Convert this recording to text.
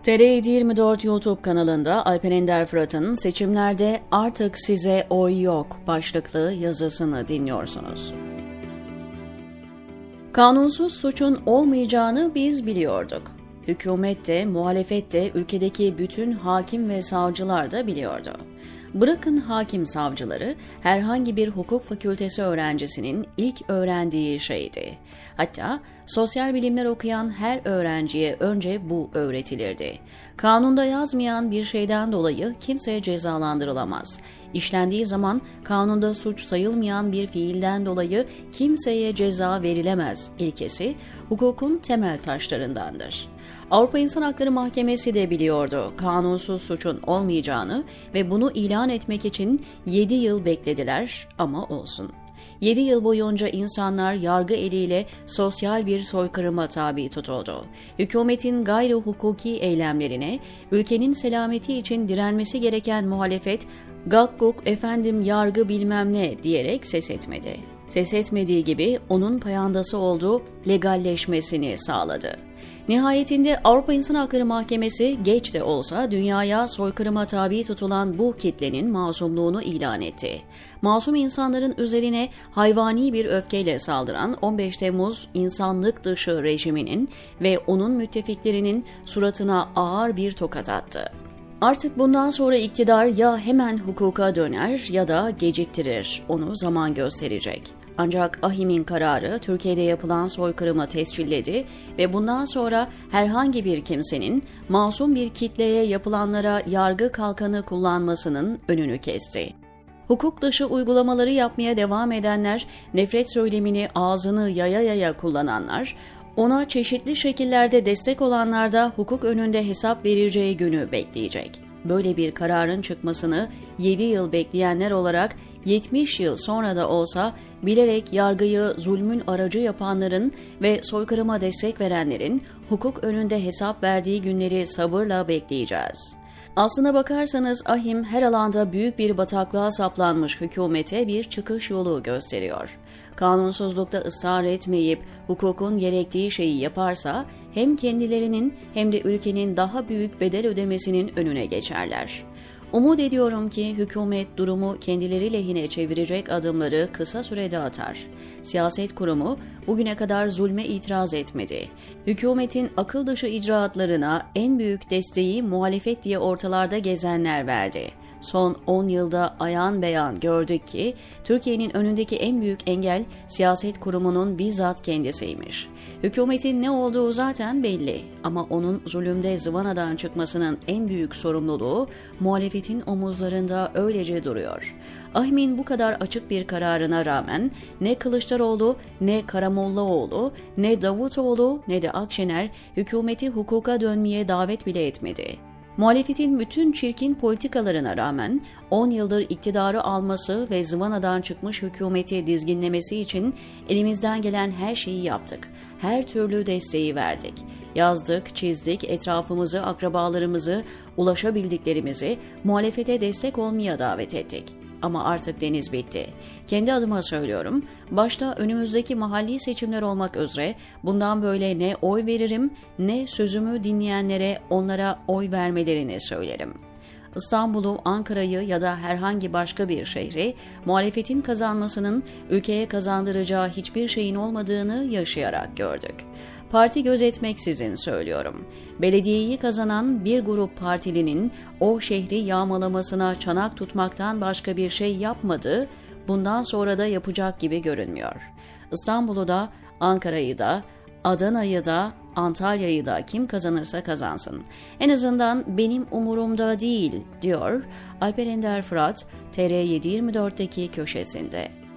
TR724 YouTube kanalında Alper Ender Fırat'ın "Seçimlerde Artık Size Oy Yok" başlıklı yazısını dinliyorsunuz. Kanunsuz suçun olmayacağını biz biliyorduk. Hükümet de, muhalefet de, ülkedeki bütün hakim ve savcılar da biliyordu. Bırakın hakim savcıları, herhangi bir hukuk fakültesi öğrencisinin ilk öğrendiği şeydi. Hatta sosyal bilimler okuyan her öğrenciye önce bu öğretilirdi. Kanunda yazmayan bir şeyden dolayı kimse cezalandırılamaz. İşlendiği zaman kanunda suç sayılmayan bir fiilden dolayı kimseye ceza verilemez ilkesi hukukun temel taşlarındandır. Avrupa İnsan Hakları Mahkemesi de biliyordu kanunsuz suçun olmayacağını ve bunu ilan etmek için 7 yıl beklediler ama olsun. 7 yıl boyunca insanlar yargı eliyle sosyal bir soykırıma tabi tutuldu. Hükümetin gayri hukuki eylemlerine, ülkenin selameti için direnmesi gereken muhalefet, gakkuk efendim yargı bilmem ne diyerek ses etmedi. Ses etmediği gibi onun payandası olduğu legalleşmesini sağladı. Nihayetinde Avrupa İnsan Hakları Mahkemesi geç de olsa dünyaya soykırıma tabi tutulan bu kitlenin masumluğunu ilan etti. Masum insanların üzerine hayvani bir öfkeyle saldıran 15 Temmuz insanlık dışı rejiminin ve onun müttefiklerinin suratına ağır bir tokat attı. Artık bundan sonra iktidar ya hemen hukuka döner ya da geciktirir, onu zaman gösterecek. Ancak AİHM'in kararı Türkiye'de yapılan soykırımı tescilledi ve bundan sonra herhangi bir kimsenin masum bir kitleye yapılanlara yargı kalkanı kullanmasının önünü kesti. Hukuk dışı uygulamaları yapmaya devam edenler, nefret söylemini ağzını yaya yaya kullananlar, ona çeşitli şekillerde destek olanlar da hukuk önünde hesap vereceği günü bekleyecek. Böyle bir kararın çıkmasını 7 yıl bekleyenler olarak 70 yıl sonra da olsa bilerek yargıyı zulmün aracı yapanların ve soykırıma destek verenlerin hukuk önünde hesap verdiği günleri sabırla bekleyeceğiz. Aslına bakarsanız AİHM her alanda büyük bir bataklığa saplanmış hükümete bir çıkış yolu gösteriyor. Kanunsuzlukta ısrar etmeyip hukukun gerektiği şeyi yaparsa hem kendilerinin hem de ülkenin daha büyük bedel ödemesinin önüne geçerler. Umut ediyorum ki hükümet durumu kendileri lehine çevirecek adımları kısa sürede atar. Siyaset kurumu bugüne kadar zulme itiraz etmedi. Hükümetin akıl dışı icraatlarına en büyük desteği muhalefet diye ortalarda gezenler verdi. Son 10 yılda ayan beyan gördük ki Türkiye'nin önündeki en büyük engel siyaset kurumunun bizzat kendisiymiş. Hükümetin ne olduğu zaten belli ama onun zulümde zıvanadan çıkmasının en büyük sorumluluğu muhalefetin omuzlarında öylece duruyor. AİHM'in bu kadar açık bir kararına rağmen ne Kılıçdaroğlu, ne Karamollaoğlu, ne Davutoğlu ne de Akşener hükümeti hukuka dönmeye davet bile etmedi. Muhalefetin bütün çirkin politikalarına rağmen 10 yıldır iktidarı alması ve zıvanadan çıkmış hükümeti dizginlemesi için elimizden gelen her şeyi yaptık. Her türlü desteği verdik. Yazdık, çizdik, etrafımızı, akrabalarımızı, ulaşabildiklerimizi muhalefete destek olmaya davet ettik. Ama artık deniz bitti. Kendi adıma söylüyorum, başta önümüzdeki mahalli seçimler olmak üzere bundan böyle ne oy veririm ne sözümü dinleyenlere onlara oy vermelerini söylerim. İstanbul'u, Ankara'yı ya da herhangi başka bir şehri muhalefetin kazanmasının ülkeye kazandıracağı hiçbir şeyin olmadığını yaşayarak gördük. Parti gözetmeksizin söylüyorum. Belediyeyi kazanan bir grup partilinin o şehri yağmalamasına çanak tutmaktan başka bir şey yapmadı, bundan sonra da yapacak gibi görünmüyor. İstanbul'u da, Ankara'yı da, Adana'yı da, Antalya'yı da kim kazanırsa kazansın. En azından benim umurumda değil, diyor Alper Ender Fırat, TR724'deki köşesinde.